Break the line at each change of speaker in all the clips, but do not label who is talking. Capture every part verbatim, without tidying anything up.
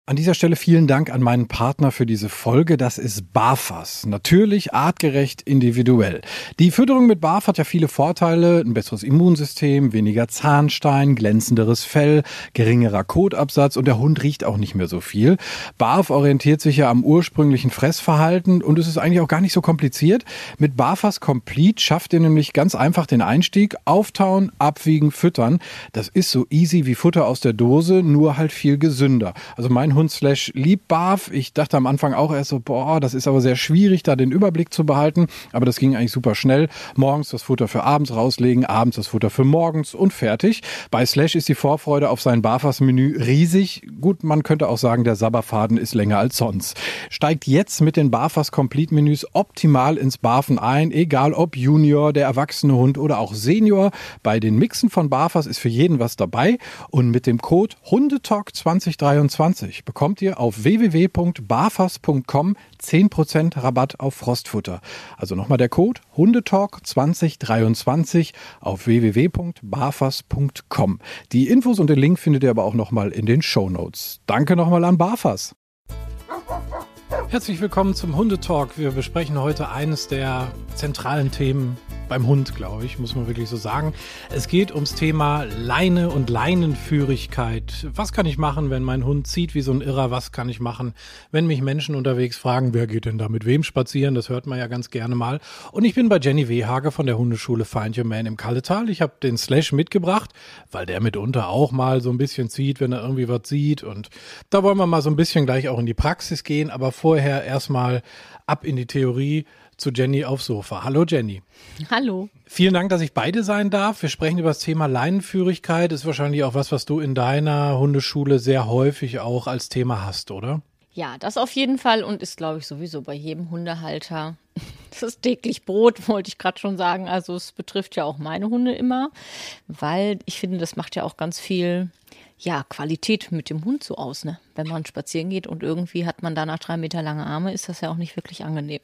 An dieser Stelle vielen Dank an meinen Partner für diese Folge. Das ist BARFAS. Natürlich, artgerecht, individuell. Die Fütterung mit B A F hat ja viele Vorteile. Ein besseres Immunsystem, weniger Zahnstein, glänzenderes Fell, geringerer Kotabsatz und der Hund riecht auch nicht mehr so viel. B A F orientiert sich ja am ursprünglichen Fressverhalten und es ist eigentlich auch gar nicht so kompliziert. Mit BARFAS Complete schafft ihr nämlich ganz einfach den Einstieg. Auftauen, abwiegen, füttern. Das ist so easy wie Futter aus der Dose, nur halt viel gesünder. Also mein Hund Slash liebt B A F. Ich dachte am Anfang auch erst so, boah, das ist aber sehr schwierig, da den Überblick zu behalten. Aber das ging eigentlich super schnell. Morgens das Futter für abends rauslegen, abends das Futter für morgens und fertig. Bei Slash ist die Vorfreude auf sein BARFAS-Menü riesig. Gut, man könnte auch sagen, der Sabberfaden ist länger als sonst. Steigt jetzt mit den BARFAS Complete-Menüs optimal ins Barfen ein, egal ob Junior, der erwachsene Hund oder auch Senior. Bei den Mixen von BARFAS ist für jeden was dabei. Und mit dem Code Hundetalk zwanzig dreiundzwanzig bekommt ihr auf w w w punkt barfas punkt com zehn Prozent Rabatt auf Frostfutter. Also nochmal der Code Hundetalk zwanzig dreiundzwanzig auf w w w punkt barfas punkt com. Die Infos und den Link findet ihr aber auch nochmal in den Shownotes. Danke nochmal an BARFAS. Herzlich willkommen zum Hundetalk. Wir besprechen heute eines der zentralen Themen beim Hund, glaube ich, muss man wirklich so sagen. Es geht ums Thema Leine und Leinenführigkeit. Was kann ich machen, wenn mein Hund zieht wie so ein Irrer? Was kann ich machen, wenn mich Menschen unterwegs fragen, wer geht denn da mit wem spazieren? Das hört man ja ganz gerne mal. Und ich bin bei Jenny Wehage von der Hundeschule Find Your Man im Kalletal. Ich habe den Slash mitgebracht, weil der mitunter auch mal so ein bisschen zieht, wenn er irgendwie was sieht. Und da wollen wir mal so ein bisschen gleich auch in die Praxis gehen. Aber vorher erstmal ab in die Theorie zu Jenny aufs Sofa. Hallo Jenny.
Hallo.
Vielen Dank, dass ich beide sein darf. Wir sprechen über das Thema Leinenführigkeit. Ist wahrscheinlich auch was, was du in deiner Hundeschule sehr häufig auch als Thema hast, oder?
Ja, das auf jeden Fall und ist, glaube ich, sowieso bei jedem Hundehalter. Das ist täglich Brot, wollte ich gerade schon sagen. Also es betrifft ja auch meine Hunde immer, weil ich finde, das macht ja auch ganz viel ja, Qualität mit dem Hund so aus, ne? Wenn man spazieren geht und irgendwie hat man danach drei Meter lange Arme, ist das ja auch nicht wirklich angenehm.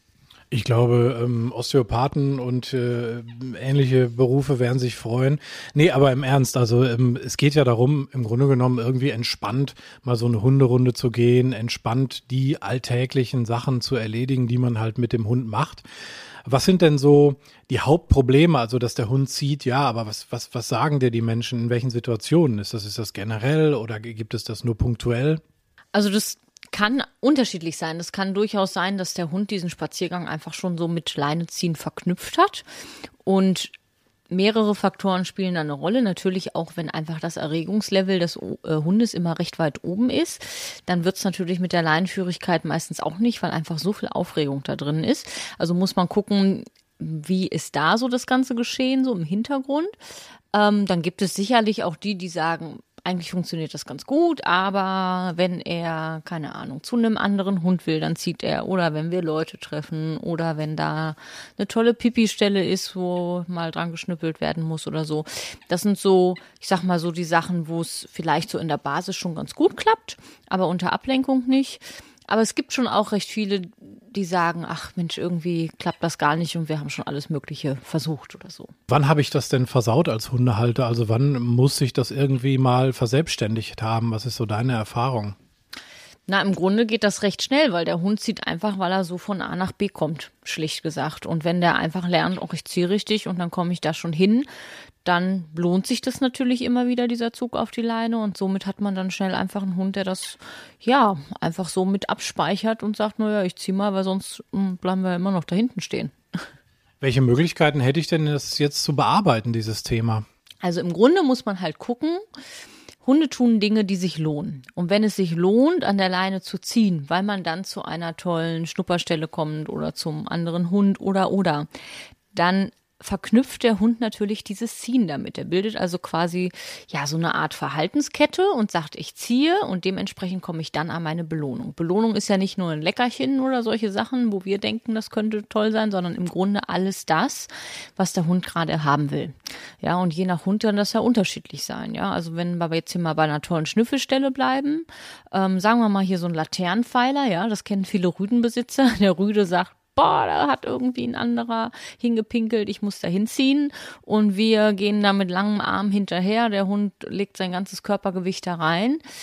Ich glaube, ähm, Osteopathen und äh, ähnliche Berufe werden sich freuen. Nee, aber im Ernst, also ähm, es geht ja darum, im Grunde genommen irgendwie entspannt mal so eine Hunderunde zu gehen, entspannt die alltäglichen Sachen zu erledigen, die man halt mit dem Hund macht. Was sind denn so die Hauptprobleme? Also, dass der Hund zieht, ja, aber was, was, was sagen dir die Menschen? In welchen Situationen? Ist das, ist das generell oder gibt es das nur punktuell?
Also das kann unterschiedlich sein. Das kann durchaus sein, dass der Hund diesen Spaziergang einfach schon so mit Leineziehen verknüpft hat. Und mehrere Faktoren spielen da eine Rolle. Natürlich auch, wenn einfach das Erregungslevel des Hundes immer recht weit oben ist, dann wird es natürlich mit der Leinenführigkeit meistens auch nicht, weil einfach so viel Aufregung da drin ist. Also muss man gucken, wie ist da so das ganze Geschehen, so im Hintergrund. Ähm, dann gibt es sicherlich auch die, die sagen, eigentlich funktioniert das ganz gut, aber wenn er, keine Ahnung, zu einem anderen Hund will, dann zieht er. Oder wenn wir Leute treffen oder wenn da eine tolle Pipi-Stelle ist, wo mal dran geschnüppelt werden muss oder so. Das sind so, ich sag mal so die Sachen, wo es vielleicht so in der Basis schon ganz gut klappt, aber unter Ablenkung nicht. Aber es gibt schon auch recht viele, die sagen, ach Mensch, irgendwie klappt das gar nicht und wir haben schon alles Mögliche versucht oder so.
Wann habe ich das denn versaut als Hundehalter? Also wann muss ich das irgendwie mal verselbstständigt haben? Was ist so deine Erfahrung?
Na, im Grunde geht das recht schnell, weil der Hund zieht einfach, weil er so von A nach B kommt, schlicht gesagt. Und wenn der einfach lernt, auch ich ziehe richtig und dann komme ich da schon hin, dann lohnt sich das natürlich immer wieder, dieser Zug auf die Leine. Und somit hat man dann schnell einfach einen Hund, der das, ja, einfach so mit abspeichert und sagt, naja, ich ziehe mal, weil sonst mh, bleiben wir immer noch da hinten stehen.
Welche Möglichkeiten hätte ich denn, das jetzt zu bearbeiten, dieses Thema?
Also im Grunde muss man halt gucken, Hunde tun Dinge, die sich lohnen. Und wenn es sich lohnt, an der Leine zu ziehen, weil man dann zu einer tollen Schnupperstelle kommt oder zum anderen Hund oder oder, dann verknüpft der Hund natürlich dieses Ziehen damit. Er bildet also quasi ja so eine Art Verhaltenskette und sagt, ich ziehe und dementsprechend komme ich dann an meine Belohnung. Belohnung ist ja nicht nur ein Leckerchen oder solche Sachen, wo wir denken, das könnte toll sein, sondern im Grunde alles das, was der Hund gerade haben will. Ja, und je nach Hund kann das ja unterschiedlich sein. Ja, also wenn wir jetzt hier mal bei einer tollen Schnüffelstelle bleiben, ähm, sagen wir mal hier so ein Laternenpfeiler, ja, das kennen viele Rüdenbesitzer. Der Rüde sagt, boah, da hat irgendwie ein anderer hingepinkelt, ich muss da hinziehen. Und wir gehen da mit langem Arm hinterher, der Hund legt sein ganzes Körpergewicht da rein.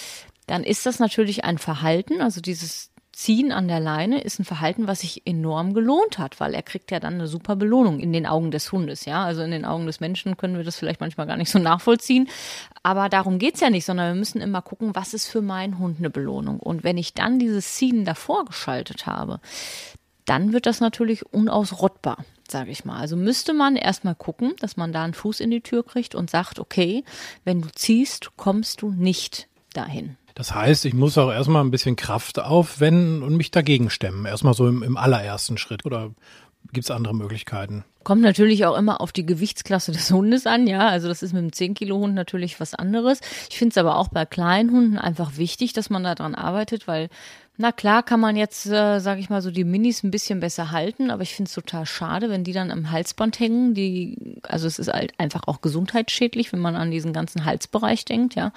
dann ist das natürlich ein Verhalten, also dieses Ziehen an der Leine ist ein Verhalten, was sich enorm gelohnt hat, weil er kriegt ja dann eine super Belohnung in den Augen des Hundes, ja. Also in den Augen des Menschen können wir das vielleicht manchmal gar nicht so nachvollziehen, aber darum geht's ja nicht, sondern wir müssen immer gucken, was ist für meinen Hund eine Belohnung. Und wenn ich dann dieses Ziehen davor geschaltet habe, dann wird das natürlich unausrottbar, sage ich mal. Also müsste man erstmal gucken, dass man da einen Fuß in die Tür kriegt und sagt, okay, wenn du ziehst, kommst du nicht dahin.
Das heißt, ich muss auch erstmal ein bisschen Kraft aufwenden und mich dagegen stemmen. Erstmal so im, im allerersten Schritt. Oder gibt es andere Möglichkeiten?
Kommt natürlich auch immer auf die Gewichtsklasse des Hundes an, ja. Also das ist mit einem zehn Kilo Hund natürlich was anderes. Ich finde es aber auch bei kleinen Hunden einfach wichtig, dass man daran arbeitet, weil, na klar, kann man jetzt, äh, sage ich mal, so die Minis ein bisschen besser halten, aber ich finde es total schade, wenn die dann am Halsband hängen. Die, also es ist halt einfach auch gesundheitsschädlich, wenn man an diesen ganzen Halsbereich denkt, ja.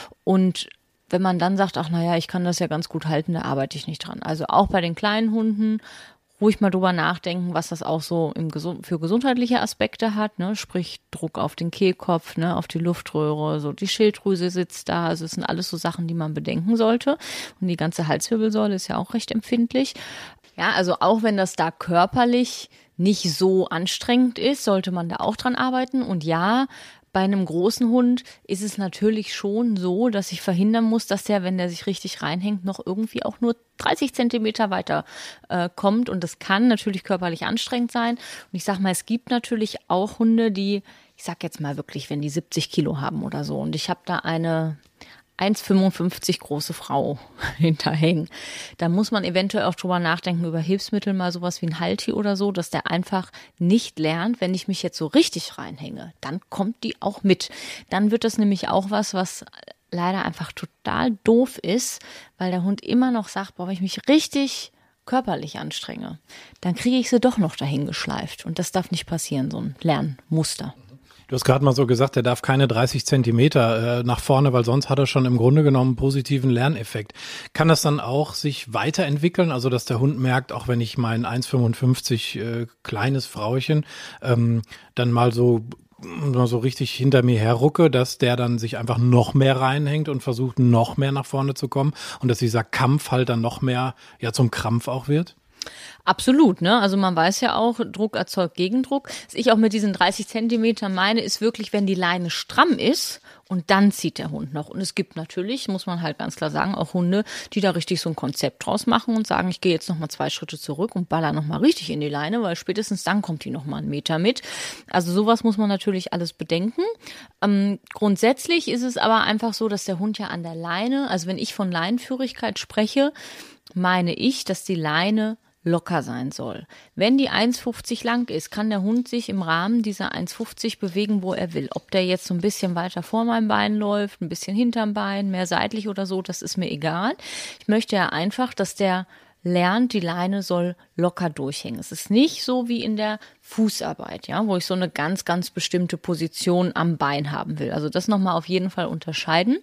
Und wenn man dann sagt, ach naja, ich kann das ja ganz gut halten, da arbeite ich nicht dran. Also auch bei den kleinen Hunden ruhig mal drüber nachdenken, was das auch so im Gesund- für gesundheitliche Aspekte hat, ne? Sprich Druck auf den Kehlkopf, ne? Auf die Luftröhre, so die Schilddrüse sitzt da. Also es sind alles so Sachen, die man bedenken sollte. Und die ganze Halswirbelsäule ist ja auch recht empfindlich. Ja, also auch wenn das da körperlich nicht so anstrengend ist, sollte man da auch dran arbeiten. Und ja, bei einem großen Hund ist es natürlich schon so, dass ich verhindern muss, dass der, wenn der sich richtig reinhängt, noch irgendwie auch nur dreißig Zentimeter weiter äh, kommt. Und das kann natürlich körperlich anstrengend sein. Und ich sag mal, es gibt natürlich auch Hunde, die, ich sag jetzt mal wirklich, wenn die siebzig Kilo haben oder so. Und ich habe da eine eins Komma fünfundfünfzig große Frau hinterhängen. Da muss man eventuell auch drüber nachdenken, über Hilfsmittel, mal sowas wie ein Halti oder so, dass der einfach nicht lernt, wenn ich mich jetzt so richtig reinhänge, dann kommt die auch mit. Dann wird das nämlich auch was, was leider einfach total doof ist, weil der Hund immer noch sagt, boah, wenn ich mich richtig körperlich anstrenge, dann kriege ich sie doch noch dahin geschleift. Und das darf nicht passieren, so ein Lernmuster.
Du hast gerade mal so gesagt, er darf keine dreißig Zentimeter äh, nach vorne, weil sonst hat er schon im Grunde genommen einen positiven Lerneffekt. Kann das dann auch sich weiterentwickeln, also dass der Hund merkt, auch wenn ich mein eins Komma fünfundfünfzig äh, kleines Frauchen ähm, dann mal so mal so richtig hinter mir herrucke, dass der dann sich einfach noch mehr reinhängt und versucht, noch mehr nach vorne zu kommen und dass dieser Kampf halt dann noch mehr ja zum Krampf auch wird?
Absolut, ne? Also man weiß ja auch, Druck erzeugt Gegendruck. Was ich auch mit diesen dreißig Zentimetern meine, ist wirklich, wenn die Leine stramm ist und dann zieht der Hund noch. Und es gibt natürlich, muss man halt ganz klar sagen, auch Hunde, die da richtig so ein Konzept draus machen und sagen, ich gehe jetzt nochmal zwei Schritte zurück und baller nochmal richtig in die Leine, weil spätestens dann kommt die nochmal einen Meter mit. Also sowas muss man natürlich alles bedenken. Ähm, grundsätzlich ist es aber einfach so, dass der Hund ja an der Leine, also wenn ich von Leinenführigkeit spreche, meine ich, dass die Leine locker sein soll. Wenn die eins Komma fünfzig lang ist, kann der Hund sich im Rahmen dieser eins Komma fünfzig bewegen, wo er will. Ob der jetzt so ein bisschen weiter vor meinem Bein läuft, ein bisschen hinterm Bein, mehr seitlich oder so, das ist mir egal. Ich möchte ja einfach, dass der lernt, die Leine soll locker durchhängen. Es ist nicht so wie in der Fußarbeit, ja, wo ich so eine ganz, ganz bestimmte Position am Bein haben will. Also das nochmal auf jeden Fall unterscheiden.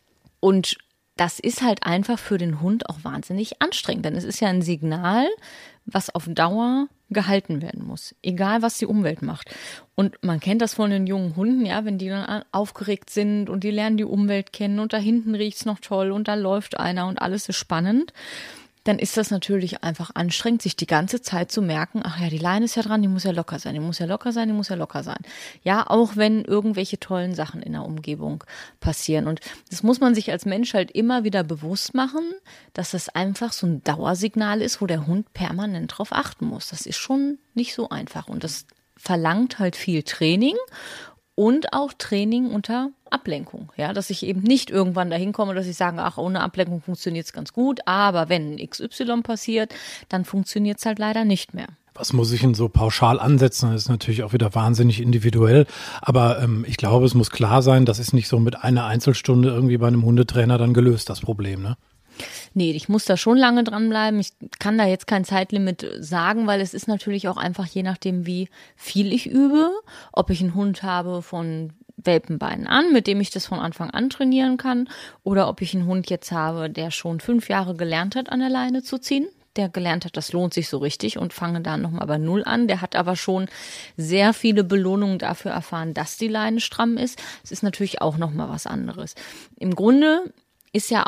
Und das ist halt einfach für den Hund auch wahnsinnig anstrengend, denn es ist ja ein Signal, was auf Dauer gehalten werden muss, egal was die Umwelt macht. Und man kennt das von den jungen Hunden, ja, wenn die dann aufgeregt sind und die lernen die Umwelt kennen und da hinten riecht's noch toll und da läuft einer und alles ist spannend. Dann ist das natürlich einfach anstrengend, sich die ganze Zeit zu merken, ach ja, die Leine ist ja dran, die muss ja locker sein, die muss ja locker sein, die muss ja locker sein. Ja, auch wenn irgendwelche tollen Sachen in der Umgebung passieren. Und das muss man sich als Mensch halt immer wieder bewusst machen, dass das einfach so ein Dauersignal ist, wo der Hund permanent drauf achten muss. Das ist schon nicht so einfach und das verlangt halt viel Training. Und auch Training unter Ablenkung, ja, dass ich eben nicht irgendwann dahin komme, dass ich sage, ach, ohne Ablenkung funktioniert es ganz gut, aber wenn X Y passiert, dann funktioniert es halt leider nicht mehr.
Was muss ich denn so pauschal ansetzen? Das ist natürlich auch wieder wahnsinnig individuell, aber ähm, ich glaube, es muss klar sein, das ist nicht so mit einer Einzelstunde irgendwie bei einem Hundetrainer dann gelöst, das Problem, ne?
Nee, ich muss da schon lange dranbleiben. Ich kann da jetzt kein Zeitlimit sagen, weil es ist natürlich auch einfach je nachdem, wie viel ich übe, ob ich einen Hund habe von Welpenbeinen an, mit dem ich das von Anfang an trainieren kann, oder ob ich einen Hund jetzt habe, der schon fünf Jahre gelernt hat, an der Leine zu ziehen. Der gelernt hat, das lohnt sich so richtig und fange dann nochmal bei Null an. Der hat aber schon sehr viele Belohnungen dafür erfahren, dass die Leine stramm ist. Es ist natürlich auch nochmal was anderes. Im Grunde ist ja auch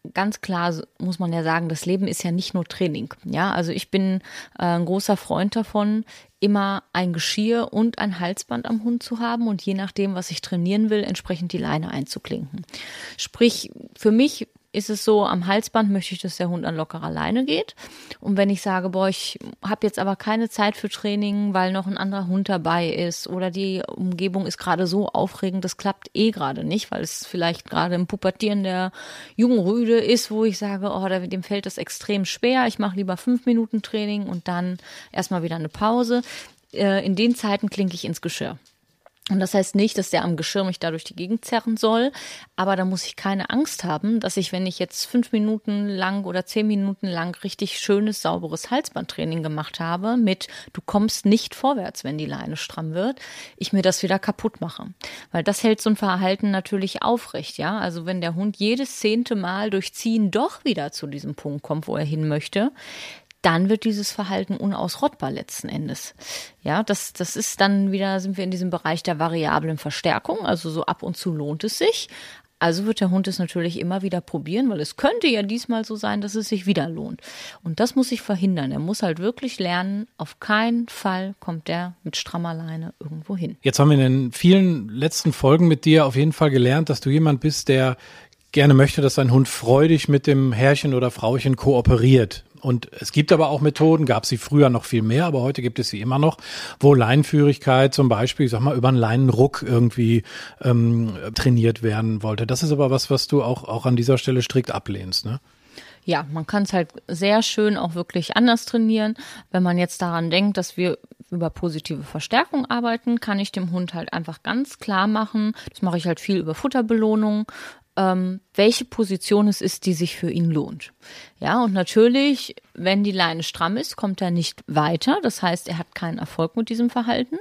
ganz klar muss man ja sagen, das Leben ist ja nicht nur Training. Ja, also ich bin äh, ein großer Freund davon, immer ein Geschirr und ein Halsband am Hund zu haben und je nachdem, was ich trainieren will, entsprechend die Leine einzuklinken. Sprich, für mich ist es so, am Halsband möchte ich, dass der Hund an lockerer Leine geht. Und wenn ich sage, boah, ich habe jetzt aber keine Zeit für Training, weil noch ein anderer Hund dabei ist oder die Umgebung ist gerade so aufregend, das klappt eh gerade nicht, weil es vielleicht gerade im Pubertieren der Jungrüde ist, wo ich sage, oh, dem fällt das extrem schwer. Ich mache lieber fünf Minuten Training und dann erstmal wieder eine Pause. In den Zeiten klinke ich ins Geschirr. Und das heißt nicht, dass der am Geschirr mich da durch die Gegend zerren soll, aber da muss ich keine Angst haben, dass ich, wenn ich jetzt fünf Minuten lang oder zehn Minuten lang richtig schönes, sauberes Halsbandtraining gemacht habe mit, du kommst nicht vorwärts, wenn die Leine stramm wird, ich mir das wieder kaputt mache. Weil das hält so ein Verhalten natürlich aufrecht, ja. Also wenn der Hund jedes zehnte Mal durch Ziehen doch wieder zu diesem Punkt kommt, wo er hin möchte, dann wird dieses Verhalten unausrottbar letzten Endes. Ja, das, das ist dann wieder, sind wir in diesem Bereich der variablen Verstärkung, also so ab und zu lohnt es sich. Also wird der Hund es natürlich immer wieder probieren, weil es könnte ja diesmal so sein, dass es sich wieder lohnt. Und das muss ich verhindern. Er muss halt wirklich lernen, auf keinen Fall kommt der mit strammer Leine irgendwo hin.
Jetzt haben wir in den vielen letzten Folgen mit dir auf jeden Fall gelernt, dass du jemand bist, der gerne möchte, dass sein Hund freudig mit dem Herrchen oder Frauchen kooperiert. Und es gibt aber auch Methoden, gab sie früher noch viel mehr, aber heute gibt es sie immer noch, wo Leinenführigkeit zum Beispiel, ich sag mal, über einen Leinenruck irgendwie ähm, trainiert werden wollte. Das ist aber was, was du auch, auch an dieser Stelle strikt ablehnst, ne?
Ja, man kann es halt sehr schön auch wirklich anders trainieren. Wenn man jetzt daran denkt, dass wir über positive Verstärkung arbeiten, kann ich dem Hund halt einfach ganz klar machen, das mache ich halt viel über Futterbelohnung, ähm, welche Position es ist, die sich für ihn lohnt. Ja, und natürlich, wenn die Leine stramm ist, kommt er nicht weiter. Das heißt, er hat keinen Erfolg mit diesem Verhalten.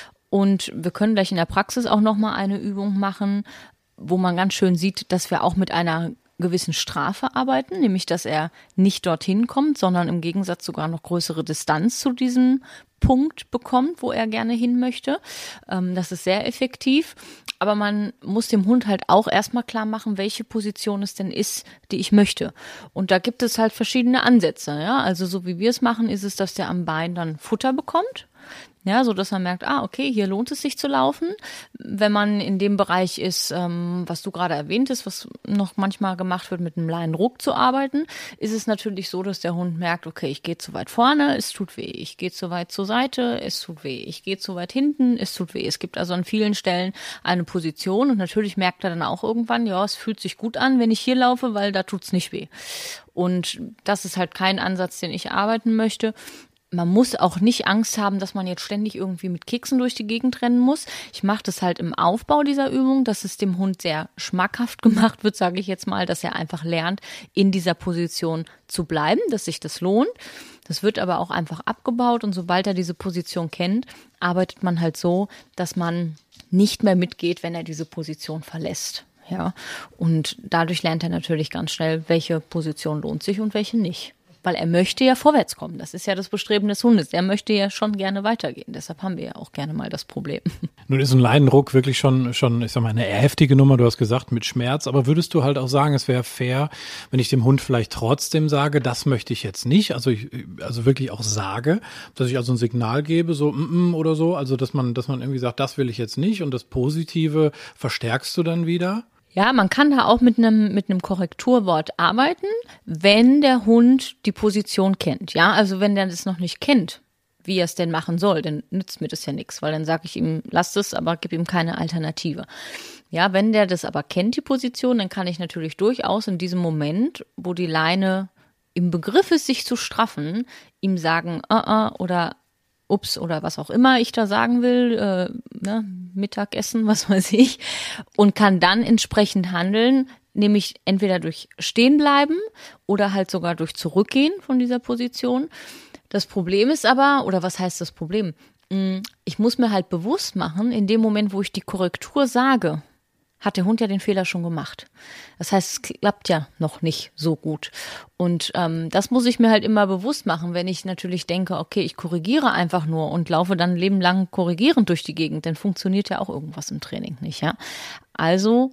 Und wir können gleich in der Praxis auch nochmal eine Übung machen, wo man ganz schön sieht, dass wir auch mit einer gewissen Strafe arbeiten, nämlich dass er nicht dorthin kommt, sondern im Gegensatz sogar noch größere Distanz zu diesem Punkt bekommt, wo er gerne hin möchte. Das ist sehr effektiv, aber man muss dem Hund halt auch erstmal klar machen, welche Position es denn ist, die ich möchte. Und da gibt es halt verschiedene Ansätze. Ja? Also so wie wir es machen, ist es, dass der am Bein dann Futter bekommt. Ja, so dass man merkt, ah, okay, hier lohnt es sich zu laufen. Wenn man in dem Bereich ist, ähm, was du gerade erwähnt hast, was noch manchmal gemacht wird, mit einem Leinenruck zu arbeiten, ist es natürlich so, dass der Hund merkt, okay, ich gehe zu weit vorne, es tut weh. Ich gehe zu weit zur Seite, es tut weh. Ich gehe zu weit hinten, es tut weh. Es gibt also an vielen Stellen eine Position und natürlich merkt er dann auch irgendwann, ja, es fühlt sich gut an, wenn ich hier laufe, weil da tut's nicht weh. Und das ist halt kein Ansatz, den ich arbeiten möchte. Man muss auch nicht Angst haben, dass man jetzt ständig irgendwie mit Keksen durch die Gegend rennen muss. Ich mache das halt im Aufbau dieser Übung, dass es dem Hund sehr schmackhaft gemacht wird, sage ich jetzt mal, dass er einfach lernt, in dieser Position zu bleiben, dass sich das lohnt. Das wird aber auch einfach abgebaut und sobald er diese Position kennt, arbeitet man halt so, dass man nicht mehr mitgeht, wenn er diese Position verlässt. Ja, und dadurch lernt er natürlich ganz schnell, welche Position lohnt sich und welche nicht. Weil er möchte ja vorwärts kommen. Das ist ja das Bestreben des Hundes. Er möchte ja schon gerne weitergehen. Deshalb haben wir ja auch gerne mal das Problem.
Nun ist ein Leinenruck wirklich schon, schon, ich sag mal, eine heftige Nummer. Du hast gesagt, mit Schmerz. Aber würdest du halt auch sagen, es wäre fair, wenn ich dem Hund vielleicht trotzdem sage, das möchte ich jetzt nicht. Also ich, also wirklich auch sage, dass ich also ein Signal gebe, so mm, mm oder so. Also dass man, dass man irgendwie sagt, das will ich jetzt nicht. Und das Positive verstärkst du dann wieder?
Ja, man kann da auch mit einem mit einem Korrekturwort arbeiten, wenn der Hund die Position kennt. Ja, also wenn der das noch nicht kennt, wie er es denn machen soll, dann nützt mir das ja nichts, weil dann sage ich ihm, lass es, aber gib ihm keine Alternative. Ja, wenn der das aber kennt, die Position, dann kann ich natürlich durchaus in diesem Moment, wo die Leine im Begriff ist, sich zu straffen, ihm sagen, uh -uh, oder ups oder was auch immer ich da sagen will, äh, ne, Mittagessen, was weiß ich, und kann dann entsprechend handeln, nämlich entweder durch stehen bleiben oder halt sogar durch zurückgehen von dieser Position. Das Problem ist aber, oder was heißt das Problem? Ich muss mir halt bewusst machen, in dem Moment, wo ich die Korrektur sage, hat der Hund ja den Fehler schon gemacht. Das heißt, es klappt ja noch nicht so gut. Und ähm, das muss ich mir halt immer bewusst machen, wenn ich natürlich denke, okay, ich korrigiere einfach nur und laufe dann ein Leben lang korrigierend durch die Gegend, dann funktioniert ja auch irgendwas im Training nicht, ja. Also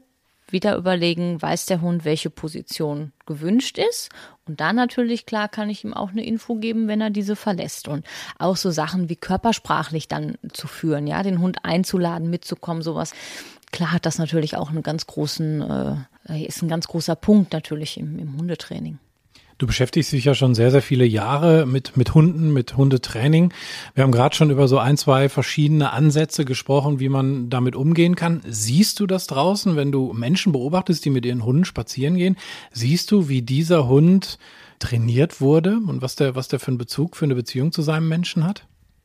wieder überlegen, weiß der Hund, welche Position gewünscht ist. Und dann natürlich, klar, kann ich ihm auch eine Info geben, wenn er diese verlässt. Und auch so Sachen wie körpersprachlich dann zu führen, ja, den Hund einzuladen, mitzukommen, sowas. Klar hat das natürlich auch einen ganz großen, äh, ist ein ganz großer Punkt natürlich im, im Hundetraining.
Du beschäftigst dich ja schon sehr, sehr viele Jahre mit, mit Hunden, mit Hundetraining. Wir haben gerade schon über so ein, zwei verschiedene Ansätze gesprochen, wie man damit umgehen kann. Siehst du das draußen, wenn du Menschen beobachtest, die mit ihren Hunden spazieren gehen? Siehst du, wie dieser Hund trainiert wurde und was der, was der für einen Bezug, für eine Beziehung zu seinem Menschen hat?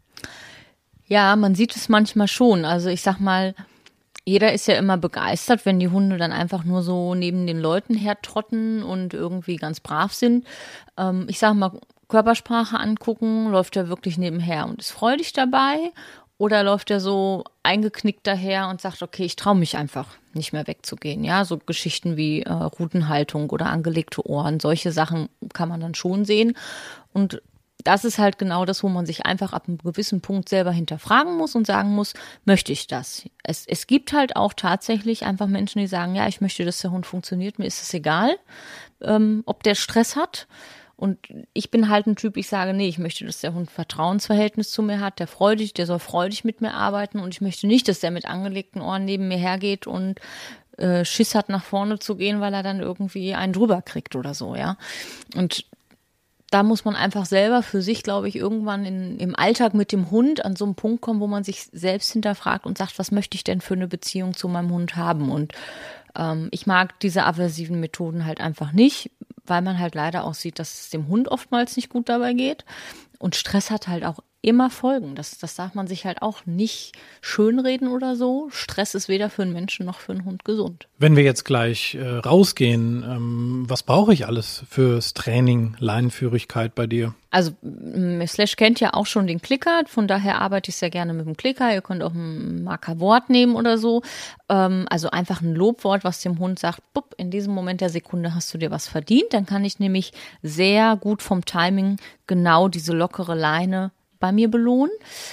Ja, man sieht es manchmal schon. Also ich sag mal, jeder ist ja immer begeistert, wenn die Hunde dann einfach nur so neben den Leuten hertrotten und irgendwie ganz brav sind. Ähm, ich sage mal, Körpersprache angucken, läuft er wirklich nebenher und ist freudig dabei? Oder läuft er so eingeknickt daher und sagt, okay, ich traue mich einfach nicht mehr wegzugehen. Ja, so Geschichten wie äh, Rutenhaltung oder angelegte Ohren, solche Sachen kann man dann schon sehen. Und das ist halt genau das, wo man sich einfach ab einem gewissen Punkt selber hinterfragen muss und sagen muss, möchte ich das? Es, es gibt halt auch tatsächlich einfach Menschen, die sagen, ja, ich möchte, dass der Hund funktioniert, mir ist es egal, ähm, ob der Stress hat. Und ich bin halt ein Typ, ich sage, nee, ich möchte, dass der Hund ein Vertrauensverhältnis zu mir hat, der freudig, der soll freudig mit mir arbeiten und ich möchte nicht, dass der mit angelegten Ohren neben mir hergeht und äh, Schiss hat, nach vorne zu gehen, weil er dann irgendwie einen drüber kriegt oder so, ja. Und da muss man einfach selber für sich, glaube ich, irgendwann in, im Alltag mit dem Hund an so einen Punkt kommen, wo man sich selbst hinterfragt und sagt, was möchte ich denn für eine Beziehung zu meinem Hund haben? Und ähm, ich mag diese aversiven Methoden halt einfach nicht, weil man halt leider auch sieht, dass es dem Hund oftmals nicht gut dabei geht. Und Stress hat halt auch immer Folgen. Das, das darf man sich halt auch nicht schönreden oder so. Stress ist weder für einen Menschen noch für einen Hund gesund.
Wenn wir jetzt gleich äh, rausgehen, ähm, was brauche ich alles fürs Training, Leinenführigkeit bei dir?
Also Slash kennt ja auch schon den Klicker, von daher arbeite ich sehr gerne mit dem Klicker. Ihr könnt auch ein Markerwort nehmen oder so. Ähm, also einfach ein Lobwort, was dem Hund sagt, bupp, in diesem Moment der Sekunde hast du dir was verdient. Dann kann ich nämlich sehr gut vom Timing genau diese lockere Leine bei mir belohnen.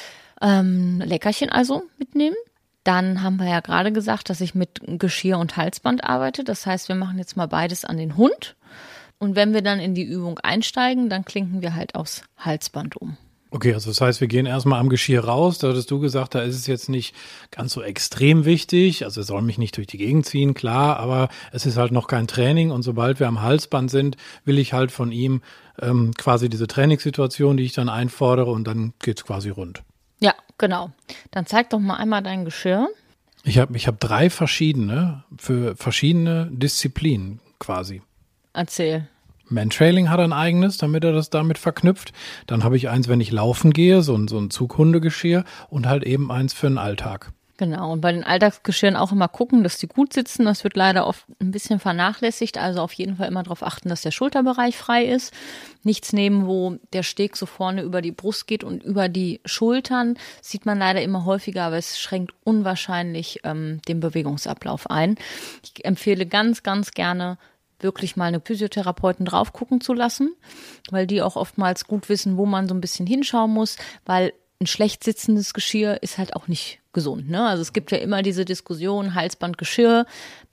Ähm, Leckerchen also mitnehmen. Dann haben wir ja gerade gesagt, dass ich mit Geschirr und Halsband arbeite. Das heißt, wir machen jetzt mal beides an den Hund. Und wenn wir dann in die Übung einsteigen, dann klinken wir halt aufs Halsband um.
Okay, also das heißt, wir gehen erstmal am Geschirr raus. Da hattest du gesagt, da ist es jetzt nicht ganz so extrem wichtig. Also es soll mich nicht durch die Gegend ziehen, klar, aber es ist halt noch kein Training. Und sobald wir am Halsband sind, will ich halt von ihm ähm, quasi diese Trainingssituation, die ich dann einfordere, und dann geht's quasi rund.
Ja, genau. Dann zeig doch mal einmal dein Geschirr.
Ich habe ich hab drei verschiedene, für verschiedene Disziplinen quasi.
Erzähl.
Mantrailing hat ein eigenes, damit er das damit verknüpft. Dann habe ich eins, wenn ich laufen gehe, so ein, so ein Zughundegeschirr, und halt eben eins für den Alltag.
Genau, und bei den Alltagsgeschirren auch immer gucken, dass die gut sitzen. Das wird leider oft ein bisschen vernachlässigt. Also auf jeden Fall immer darauf achten, dass der Schulterbereich frei ist. Nichts nehmen, wo der Steg so vorne über die Brust geht und über die Schultern. Sieht man leider immer häufiger, aber es schränkt unwahrscheinlich ähm, den Bewegungsablauf ein. Ich empfehle ganz, ganz gerne, wirklich mal eine Physiotherapeutin drauf gucken zu lassen, weil die auch oftmals gut wissen, wo man so ein bisschen hinschauen muss, weil ein schlecht sitzendes Geschirr ist halt auch nicht gesund, ne? Also es gibt ja immer diese Diskussion, Halsband, Geschirr.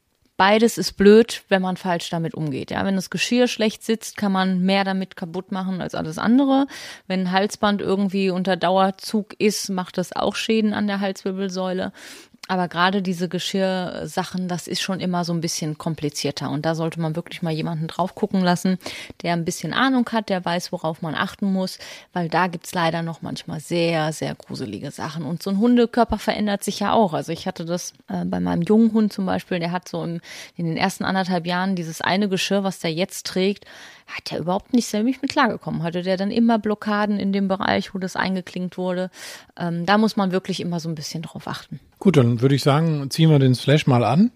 Beides ist blöd, wenn man falsch damit umgeht. Ja, wenn das Geschirr schlecht sitzt, kann man mehr damit kaputt machen als alles andere. Wenn ein Halsband irgendwie unter Dauerzug ist, macht das auch Schäden an der Halswirbelsäule. Aber gerade diese Geschirrsachen, das ist schon immer so ein bisschen komplizierter. Und da sollte man wirklich mal jemanden drauf gucken lassen, der ein bisschen Ahnung hat, der weiß, worauf man achten muss. Weil da gibt's leider noch manchmal sehr, sehr gruselige Sachen. Und so ein Hundekörper verändert sich ja auch. Also ich hatte das äh, bei meinem jungen Hund zum Beispiel, der hat so im, in den ersten anderthalb Jahren dieses eine Geschirr, was der jetzt trägt, hat der überhaupt nicht selber mit klargekommen. Hatte der dann immer Blockaden in dem Bereich, wo das eingeklinkt wurde. Ähm, da muss man wirklich immer so ein bisschen drauf achten.
Gut, dann würde ich sagen, ziehen wir den Slash mal an.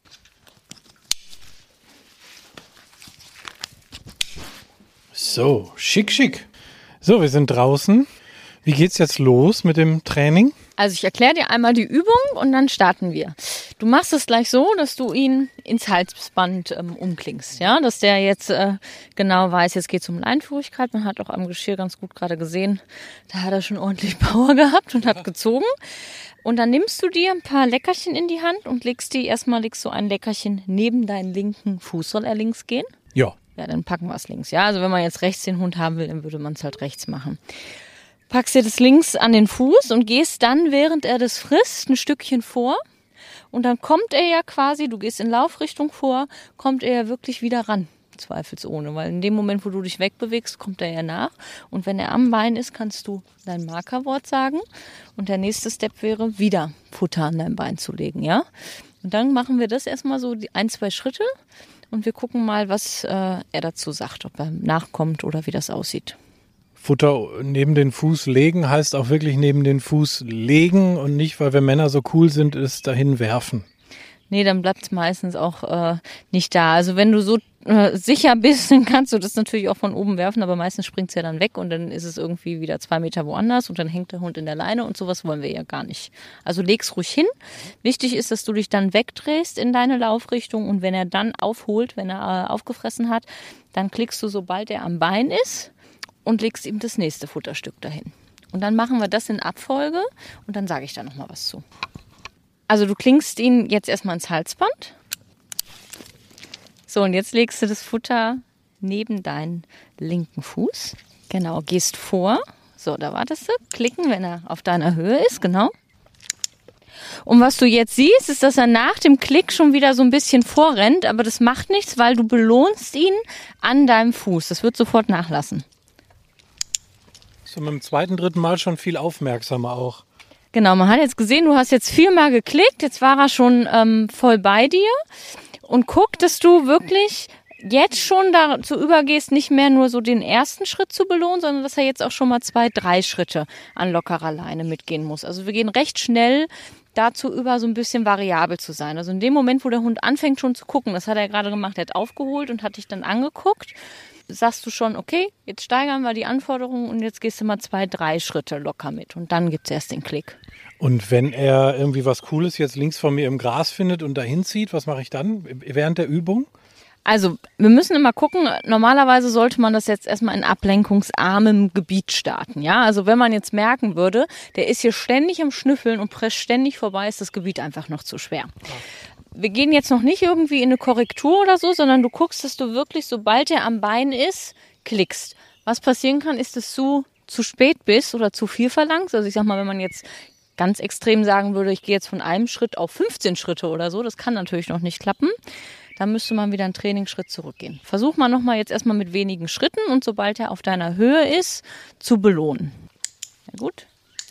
So, schick, schick. So, wir sind draußen. Wie geht's jetzt los mit dem Training?
Also ich erkläre dir einmal die Übung und dann starten wir. Du machst es gleich so, dass du ihn ins Halsband ähm, umklingst, ja, dass der jetzt äh, genau weiß, jetzt geht es um Leinführigkeit. Man hat auch am Geschirr ganz gut gerade gesehen, da hat er schon ordentlich Power gehabt und hat gezogen. Und dann nimmst du dir ein paar Leckerchen in die Hand und legst die, erstmal legst du ein Leckerchen neben deinen linken Fuß. Soll er links gehen?
Ja.
Ja, dann packen wir es links. Ja, also wenn man jetzt rechts den Hund haben will, dann würde man es halt rechts machen. Packst dir das links an den Fuß und gehst dann, während er das frisst, ein Stückchen vor. Und dann kommt er ja quasi, du gehst in Laufrichtung vor, kommt er ja wirklich wieder ran. Zweifelsohne, weil in dem Moment, wo du dich wegbewegst, kommt er ja nach. Und wenn er am Bein ist, kannst du dein Markerwort sagen. Und der nächste Step wäre, wieder Futter an dein Bein zu legen, ja. Und dann machen wir das erstmal so die ein, zwei Schritte und wir gucken mal, was äh, er dazu sagt, ob er nachkommt oder wie das aussieht.
Futter neben den Fuß legen heißt auch wirklich neben den Fuß legen und nicht, weil wir Männer so cool sind, es dahin werfen.
Nee, dann bleibt es meistens auch äh, nicht da. Also wenn du so äh, sicher bist, dann kannst du das natürlich auch von oben werfen, aber meistens springt es ja dann weg und dann ist es irgendwie wieder zwei Meter woanders und dann hängt der Hund in der Leine und sowas wollen wir ja gar nicht. Also leg's ruhig hin. Wichtig ist, dass du dich dann wegdrehst in deine Laufrichtung und wenn er dann aufholt, wenn er äh, aufgefressen hat, dann klickst du, sobald er am Bein ist und legst ihm das nächste Futterstück dahin. Und dann machen wir das in Abfolge und dann sage ich da nochmal was zu. Also du klingst ihn jetzt erstmal ins Halsband. So, und jetzt legst du das Futter neben deinen linken Fuß. Genau, gehst vor. So, da wartest du. Klicken, wenn er auf deiner Höhe ist, genau. Und was du jetzt siehst, ist, dass er nach dem Klick schon wieder so ein bisschen vorrennt. Aber das macht nichts, weil du belohnst ihn an deinem Fuß. Das wird sofort nachlassen.
So mit dem zweiten, dritten Mal schon viel aufmerksamer auch.
Genau, man hat jetzt gesehen, du hast jetzt viermal geklickt, jetzt war er schon ähm, voll bei dir und guck, dass du wirklich jetzt schon dazu übergehst, nicht mehr nur so den ersten Schritt zu belohnen, sondern dass er jetzt auch schon mal zwei, drei Schritte an lockerer Leine mitgehen muss. Also wir gehen recht schnell dazu über, so ein bisschen variabel zu sein. Also in dem Moment, wo der Hund anfängt schon zu gucken, das hat er gerade gemacht, er hat aufgeholt und hat dich dann angeguckt, sagst du schon, okay, jetzt steigern wir die Anforderungen und jetzt gehst du mal zwei, drei Schritte locker mit und dann gibt's erst den Klick.
Und wenn er irgendwie was Cooles jetzt links von mir im Gras findet und dahin zieht, was mache ich dann während der Übung?
Also wir müssen immer gucken, normalerweise sollte man das jetzt erstmal in ablenkungsarmem Gebiet starten. Ja, also wenn man jetzt merken würde, der ist hier ständig am Schnüffeln und presst ständig vorbei, ist das Gebiet einfach noch zu schwer. Wir gehen jetzt noch nicht irgendwie in eine Korrektur oder so, sondern du guckst, dass du wirklich, sobald er am Bein ist, klickst. Was passieren kann, ist, dass du zu spät bist oder zu viel verlangst. Also ich sag mal, wenn man jetzt ganz extrem sagen würde, ich gehe jetzt von einem Schritt auf fünfzehn Schritte oder so, das kann natürlich noch nicht klappen. Dann müsste man wieder einen Trainingsschritt zurückgehen. Versuch mal nochmal jetzt erstmal mit wenigen Schritten und sobald er auf deiner Höhe ist, zu belohnen. Ja, gut.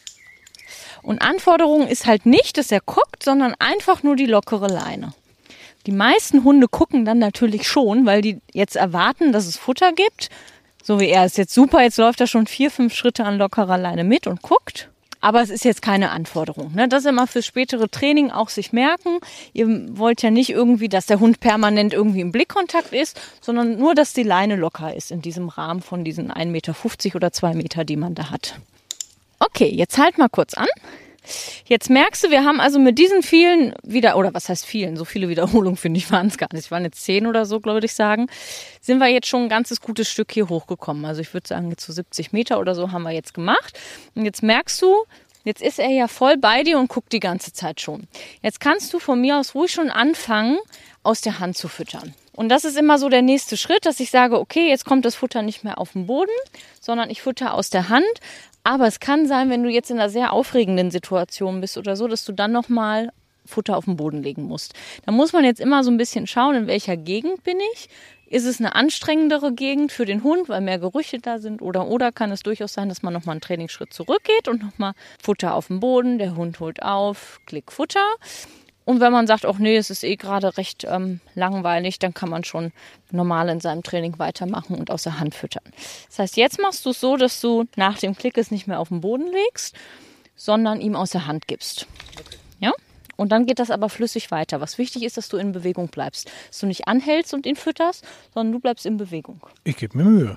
Und Anforderung ist halt nicht, dass er guckt, sondern einfach nur die lockere Leine. Die meisten Hunde gucken dann natürlich schon, weil die jetzt erwarten, dass es Futter gibt. So wie er ist jetzt super, jetzt läuft er schon vier, fünf Schritte an lockerer Leine mit und guckt. Aber es ist jetzt keine Anforderung. Ne? Das immer fürs spätere Training auch sich merken. Ihr wollt ja nicht irgendwie, dass der Hund permanent irgendwie im Blickkontakt ist, sondern nur, dass die Leine locker ist in diesem Rahmen von diesen ein Meter fünfzig oder zwei Meter, die man da hat. Okay, jetzt halt mal kurz an. Jetzt merkst du, wir haben also mit diesen vielen wieder, oder was heißt vielen, so viele Wiederholungen finde ich waren es gar nicht, es waren jetzt zehn oder so, glaube ich sagen, sind wir jetzt schon ein ganzes gutes Stück hier hochgekommen. Also ich würde sagen, jetzt so siebzig Meter oder so haben wir jetzt gemacht. Und jetzt merkst du, jetzt ist er ja voll bei dir und guckt die ganze Zeit schon. Jetzt kannst du von mir aus ruhig schon anfangen, aus der Hand zu füttern. Und das ist immer so der nächste Schritt, dass ich sage, okay, jetzt kommt das Futter nicht mehr auf den Boden, sondern ich fütter aus der Hand. Aber es kann sein, wenn du jetzt in einer sehr aufregenden Situation bist oder so, dass du dann nochmal Futter auf den Boden legen musst. Da muss man jetzt immer so ein bisschen schauen, in welcher Gegend bin ich. Ist es eine anstrengendere Gegend für den Hund, weil mehr Gerüche da sind? Oder, oder kann es durchaus sein, dass man nochmal einen Trainingsschritt zurückgeht und nochmal Futter auf den Boden, der Hund holt auf, Klick Futter. Und wenn man sagt, ach nee, es ist eh gerade recht ähm, langweilig, dann kann man schon normal in seinem Training weitermachen und aus der Hand füttern. Das heißt, jetzt machst du es so, dass du nach dem Klick es nicht mehr auf den Boden legst, sondern ihm aus der Hand gibst. Okay. Ja? Und dann geht das aber flüssig weiter. Was wichtig ist, dass du in Bewegung bleibst. Dass du nicht anhältst und ihn fütterst, sondern du bleibst in Bewegung.
Ich gebe mir Mühe.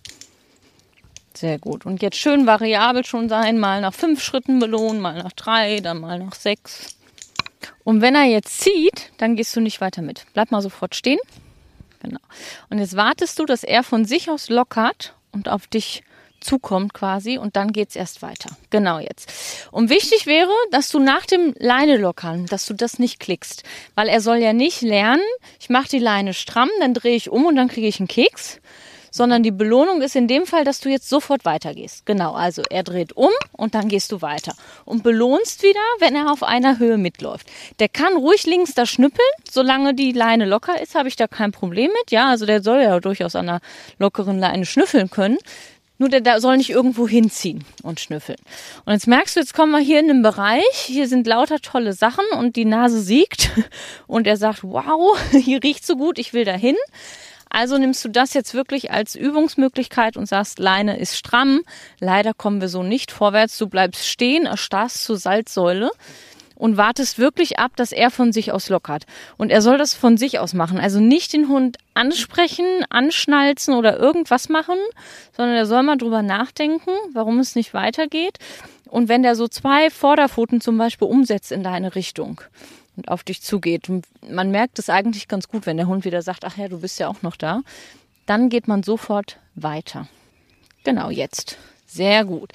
Sehr gut. Und jetzt schön variabel schon sein, mal nach fünf Schritten belohnen, mal nach drei, dann mal nach sechs. Und wenn er jetzt zieht, dann gehst du nicht weiter mit. Bleib mal sofort stehen. Genau. Und jetzt wartest du, dass er von sich aus lockert und auf dich zukommt quasi und dann geht's erst weiter. Genau jetzt. Und wichtig wäre, dass du nach dem Leine lockern, dass du das nicht klickst, weil er soll ja nicht lernen, ich mache die Leine stramm, dann drehe ich um und dann kriege ich einen Keks, sondern die Belohnung ist in dem Fall, dass du jetzt sofort weitergehst. Genau, also er dreht um und dann gehst du weiter und belohnst wieder, wenn er auf einer Höhe mitläuft. Der kann ruhig links da schnüppeln, solange die Leine locker ist, habe ich da kein Problem mit. Ja, also der soll ja durchaus an einer lockeren Leine schnüffeln können. Nur der, der soll nicht irgendwo hinziehen und schnüffeln. Und jetzt merkst du, jetzt kommen wir hier in den Bereich, hier sind lauter tolle Sachen und die Nase siegt und er sagt, wow, hier riecht so gut, ich will da hin. Also nimmst du das jetzt wirklich als Übungsmöglichkeit und sagst, Leine ist stramm, leider kommen wir so nicht vorwärts, du bleibst stehen, erstarrst zur Salzsäule und wartest wirklich ab, dass er von sich aus lockert. Und er soll das von sich aus machen. Also nicht den Hund ansprechen, anschnalzen oder irgendwas machen, sondern er soll mal drüber nachdenken, warum es nicht weitergeht. Und wenn der so zwei Vorderpfoten zum Beispiel umsetzt in deine Richtung und auf dich zugeht, man merkt es eigentlich ganz gut, wenn der Hund wieder sagt, ach ja, du bist ja auch noch da, dann geht man sofort weiter. Genau, jetzt. Sehr gut.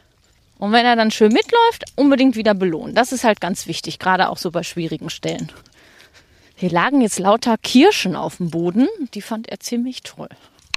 Und wenn er dann schön mitläuft, unbedingt wieder belohnen. Das ist halt ganz wichtig, gerade auch so bei schwierigen Stellen. Hier lagen jetzt lauter Kirschen auf dem Boden. Die fand er ziemlich toll.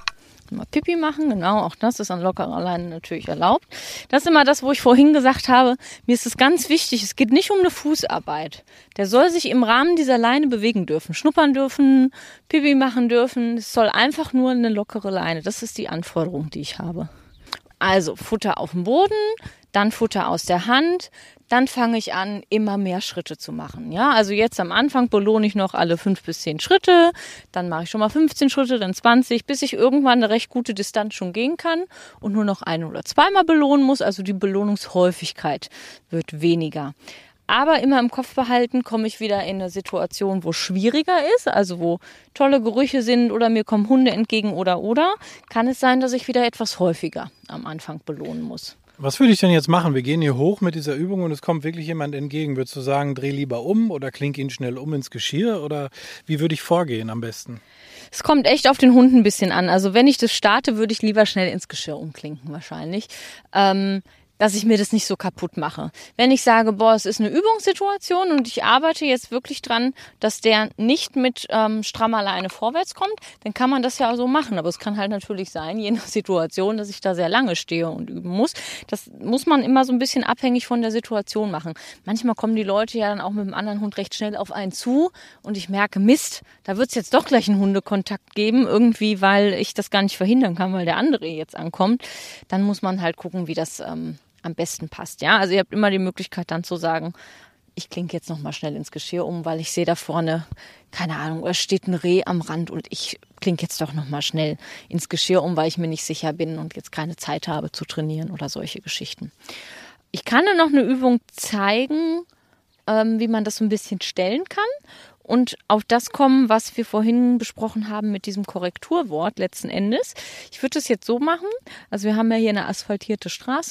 Mal Pipi machen, genau, auch das ist an lockerer Leine natürlich erlaubt. Das ist immer das, wo ich vorhin gesagt habe, mir ist es ganz wichtig, es geht nicht um eine Fußarbeit. Der soll sich im Rahmen dieser Leine bewegen dürfen, schnuppern dürfen, Pipi machen dürfen. Es soll einfach nur eine lockere Leine. Das ist die Anforderung, die ich habe. Also Futter auf dem Boden, dann Futter aus der Hand, dann fange ich an, immer mehr Schritte zu machen. Ja, also jetzt am Anfang belohne ich noch alle fünf bis zehn Schritte, dann mache ich schon mal fünfzehn Schritte, dann zwanzig, bis ich irgendwann eine recht gute Distanz schon gehen kann und nur noch ein- oder zweimal belohnen muss. Also die Belohnungshäufigkeit wird weniger. Aber immer im Kopf behalten, komme ich wieder in eine Situation, wo es schwieriger ist, also wo tolle Gerüche sind oder mir kommen Hunde entgegen oder oder, kann es sein, dass ich wieder etwas häufiger am Anfang belohnen muss.
Was würde ich denn jetzt machen? Wir gehen hier hoch mit dieser Übung und es kommt wirklich jemand entgegen. Würdest du sagen, dreh lieber um oder klink ihn schnell um ins Geschirr? Oder wie würde ich vorgehen am besten?
Es kommt echt auf den Hund ein bisschen an. Also wenn ich das starte, würde ich lieber schnell ins Geschirr umklinken wahrscheinlich. Ähm, dass ich mir das nicht so kaputt mache. Wenn ich sage, boah, es ist eine Übungssituation und ich arbeite jetzt wirklich dran, dass der nicht mit ähm, strammer Leine vorwärts kommt, dann kann man das ja so machen. Aber es kann halt natürlich sein, je nach Situation, dass ich da sehr lange stehe und üben muss. Das muss man immer so ein bisschen abhängig von der Situation machen. Manchmal kommen die Leute ja dann auch mit dem anderen Hund recht schnell auf einen zu und ich merke, Mist, da wird es jetzt doch gleich einen Hundekontakt geben, irgendwie, weil ich das gar nicht verhindern kann, weil der andere jetzt ankommt. Dann muss man halt gucken, wie das ähm, am besten passt. Ja, also ihr habt immer die Möglichkeit dann zu sagen, ich klinke jetzt noch mal schnell ins Geschirr um, weil ich sehe da vorne, keine Ahnung, es steht ein Reh am Rand und ich klinke jetzt doch noch mal schnell ins Geschirr um, weil ich mir nicht sicher bin und jetzt keine Zeit habe zu trainieren oder solche Geschichten. Ich kann dir noch eine Übung zeigen, ähm, wie man das so ein bisschen stellen kann und auf das kommen, was wir vorhin besprochen haben mit diesem Korrekturwort letzten Endes. Ich würde das jetzt so machen, also wir haben ja hier eine asphaltierte Straße.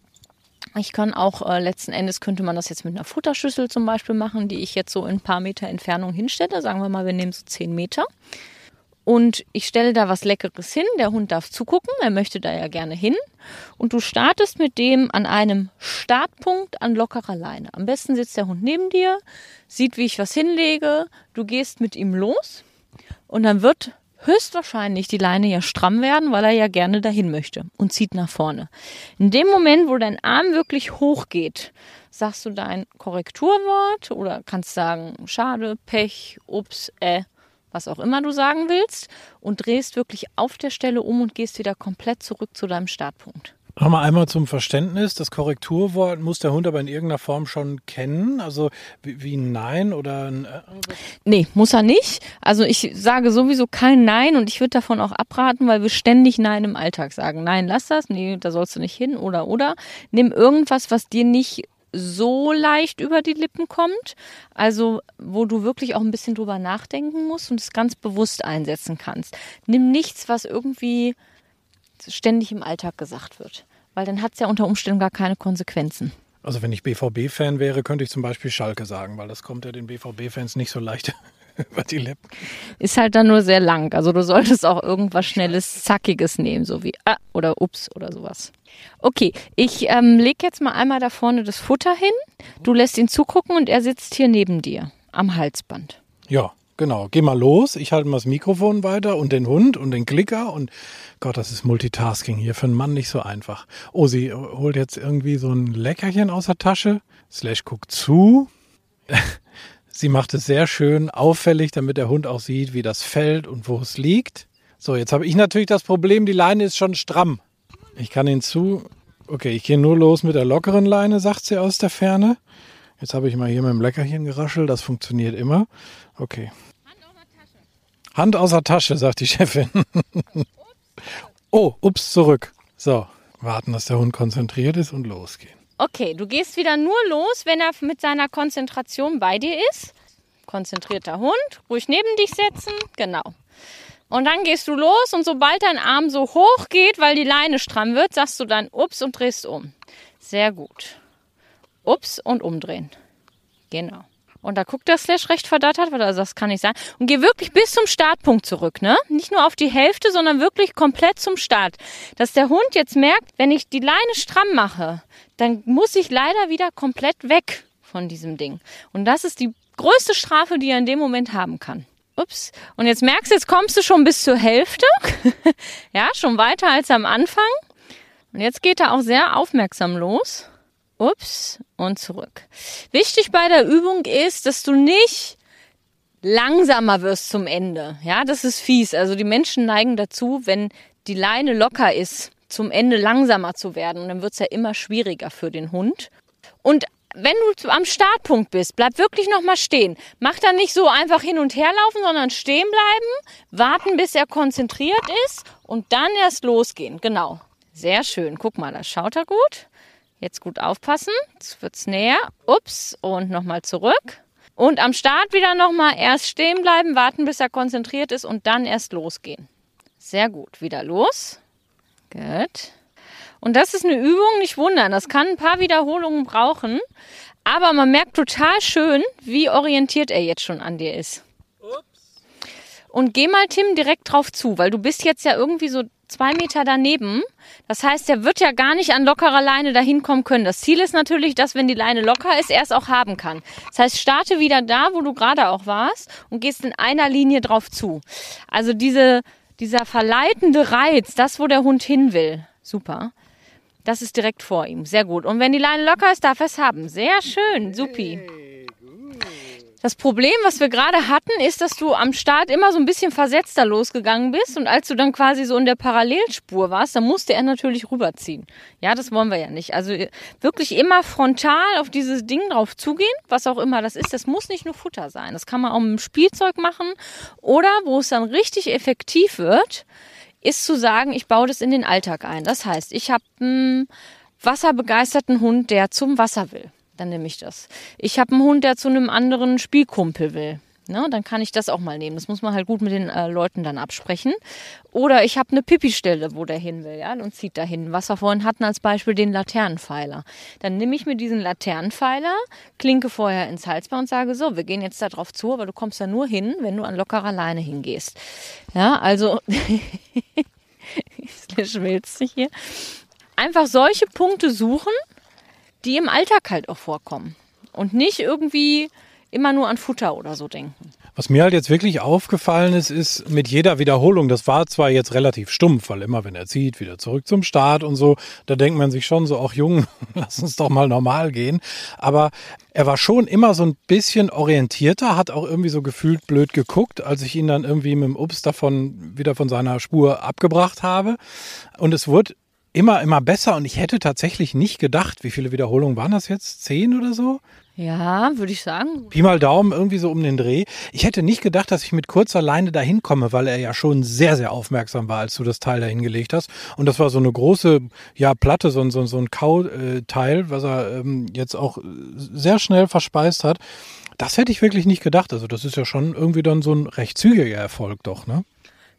Ich kann auch, äh, letzten Endes könnte man das jetzt mit einer Futterschüssel zum Beispiel machen, die ich jetzt so in ein paar Meter Entfernung hinstelle. Sagen wir mal, wir nehmen so zehn Meter. Und ich stelle da was Leckeres hin. Der Hund darf zugucken, er möchte da ja gerne hin. Und du startest mit dem an einem Startpunkt an lockerer Leine. Am besten sitzt der Hund neben dir, sieht, wie ich was hinlege. Du gehst mit ihm los und dann wird höchstwahrscheinlich die Leine ja stramm werden, weil er ja gerne dahin möchte und zieht nach vorne. In dem Moment, wo dein Arm wirklich hoch geht, sagst du dein Korrekturwort oder kannst sagen, schade, Pech, ups, äh, was auch immer du sagen willst und drehst wirklich auf der Stelle um und gehst wieder komplett zurück zu deinem Startpunkt.
Nochmal einmal zum Verständnis, das Korrekturwort muss der Hund aber in irgendeiner Form schon kennen, also wie, wie ein Nein oder ein... Äh
Nee, muss er nicht. Also ich sage sowieso kein Nein und ich würde davon auch abraten, weil wir ständig Nein im Alltag sagen. Nein, lass das, nee, da sollst du nicht hin oder oder. Nimm irgendwas, was dir nicht so leicht über die Lippen kommt, also wo du wirklich auch ein bisschen drüber nachdenken musst und es ganz bewusst einsetzen kannst. Nimm nichts, was irgendwie ständig im Alltag gesagt wird, weil dann hat es ja unter Umständen gar keine Konsequenzen.
Also wenn ich B V B-Fan wäre, könnte ich zum Beispiel Schalke sagen, weil das kommt ja den B V B-Fans nicht so leicht über die Lippen.
Ist halt dann nur sehr lang. Also du solltest auch irgendwas Schnelles, Zackiges nehmen, so wie ah oder ups oder sowas. Okay, ich ähm, leg jetzt mal einmal da vorne das Futter hin. Du lässt ihn zugucken und er sitzt hier neben dir am Halsband.
Ja, genau. Geh mal los. Ich halte mal das Mikrofon weiter und den Hund und den Klicker und Gott, das ist Multitasking hier für einen Mann nicht so einfach. Oh, sie holt jetzt irgendwie so ein Leckerchen aus der Tasche. Slash guckt zu. Sie macht es sehr schön auffällig, damit der Hund auch sieht, wie das fällt und wo es liegt. So, jetzt habe ich natürlich das Problem, die Leine ist schon stramm. Ich kann ihn zu... Okay, ich gehe nur los mit der lockeren Leine, sagt sie aus der Ferne. Jetzt habe ich mal hier mit dem Leckerchen geraschelt, das funktioniert immer. Okay.
Hand aus der Tasche.
Hand aus der Tasche, sagt die Chefin. Oh, ups, zurück. So, warten, dass der Hund konzentriert ist und losgehen.
Okay, du gehst wieder nur los, wenn er mit seiner Konzentration bei dir ist. Konzentrierter Hund, ruhig neben dich setzen, genau. Und dann gehst du los und sobald dein Arm so hoch geht, weil die Leine stramm wird, sagst du dann ups und drehst um. Sehr gut. Ups und umdrehen. Genau. Und da guckt der Slash recht verdattert, weil also das kann nicht sein. Und geh wirklich bis zum Startpunkt zurück, ne? Nicht nur auf die Hälfte, sondern wirklich komplett zum Start. Dass der Hund jetzt merkt, wenn ich die Leine stramm mache, dann muss ich leider wieder komplett weg von diesem Ding. Und das ist die größte Strafe, die er in dem Moment haben kann. Ups. Und jetzt merkst du, jetzt kommst du schon bis zur Hälfte. Ja, schon weiter als am Anfang. Und jetzt geht er auch sehr aufmerksam los. Ups und zurück. Wichtig bei der Übung ist, dass du nicht langsamer wirst zum Ende. Ja, das ist fies. Also die Menschen neigen dazu, wenn die Leine locker ist, zum Ende langsamer zu werden. Und dann wird es ja immer schwieriger für den Hund. Und wenn du am Startpunkt bist, bleib wirklich nochmal stehen. Mach dann nicht so einfach hin und her laufen, sondern stehen bleiben, warten, bis er konzentriert ist und dann erst losgehen. Genau. Sehr schön. Guck mal, da schaut er gut. Jetzt gut aufpassen, jetzt wird's näher. Ups, und nochmal zurück. Und am Start wieder nochmal erst stehen bleiben, warten, bis er konzentriert ist und dann erst losgehen. Sehr gut, wieder los. Gut. Und das ist eine Übung, nicht wundern, das kann ein paar Wiederholungen brauchen. Aber man merkt total schön, wie orientiert er jetzt schon an dir ist. Ups. Und geh mal Tim direkt drauf zu, weil du bist jetzt ja irgendwie so zwei Meter daneben. Das heißt, er wird ja gar nicht an lockerer Leine dahin kommen können. Das Ziel ist natürlich, dass, wenn die Leine locker ist, er es auch haben kann. Das heißt, starte wieder da, wo du gerade auch warst und gehst in einer Linie drauf zu. Also diese, dieser verleitende Reiz, das, wo der Hund hin will, super. Das ist direkt vor ihm. Sehr gut. Und wenn die Leine locker ist, darf er es haben. Sehr schön. Supi. Das Problem, was wir gerade hatten, ist, dass du am Start immer so ein bisschen versetzter losgegangen bist. Und als du dann quasi so in der Parallelspur warst, dann musste er natürlich rüberziehen. Ja, das wollen wir ja nicht. Also wirklich immer frontal auf dieses Ding drauf zugehen, was auch immer das ist. Das muss nicht nur Futter sein. Das kann man auch mit dem Spielzeug machen. Oder, wo es dann richtig effektiv wird, ist zu sagen, ich baue das in den Alltag ein. Das heißt, ich habe einen wasserbegeisterten Hund, der zum Wasser will. Dann nehme ich das. Ich habe einen Hund, der zu einem anderen Spielkumpel will. Ne, dann kann ich das auch mal nehmen. Das muss man halt gut mit den äh, Leuten dann absprechen. Oder ich habe eine Pipi-Stelle, wo der hin will, ja, und zieht dahin. Was wir vorhin hatten als Beispiel, den Laternenpfeiler. Dann nehme ich mir diesen Laternenpfeiler, klinke vorher ins Halsband und sage, so, wir gehen jetzt da drauf zu, aber du kommst da nur hin, wenn du an lockerer Leine hingehst. Ja, also, der schmilzt sich hier. Einfach solche Punkte suchen, die im Alltag halt auch vorkommen. Und nicht irgendwie immer nur an Futter oder so denken.
Was mir halt jetzt wirklich aufgefallen ist, ist mit jeder Wiederholung, das war zwar jetzt relativ stumpf, weil immer wenn er zieht, wieder zurück zum Start und so, da denkt man sich schon so, ach Jung, lass uns doch mal normal gehen. Aber er war schon immer so ein bisschen orientierter, hat auch irgendwie so gefühlt blöd geguckt, als ich ihn dann irgendwie mit dem Ups davon wieder von seiner Spur abgebracht habe. Und es wurde immer, immer besser und ich hätte tatsächlich nicht gedacht, wie viele Wiederholungen waren das jetzt? Zehn oder so?
Ja, würde ich sagen.
Pi mal Daumen, irgendwie so um den Dreh. Ich hätte nicht gedacht, dass ich mit kurzer Leine dahin komme, weil er ja schon sehr, sehr aufmerksam war, als du das Teil dahin gelegt hast. Und das war so eine große, ja, Platte, so ein, so, so ein Kauteil, was er ähm, jetzt auch sehr schnell verspeist hat. Das hätte ich wirklich nicht gedacht. Also das ist ja schon irgendwie dann so ein recht zügiger Erfolg doch, ne?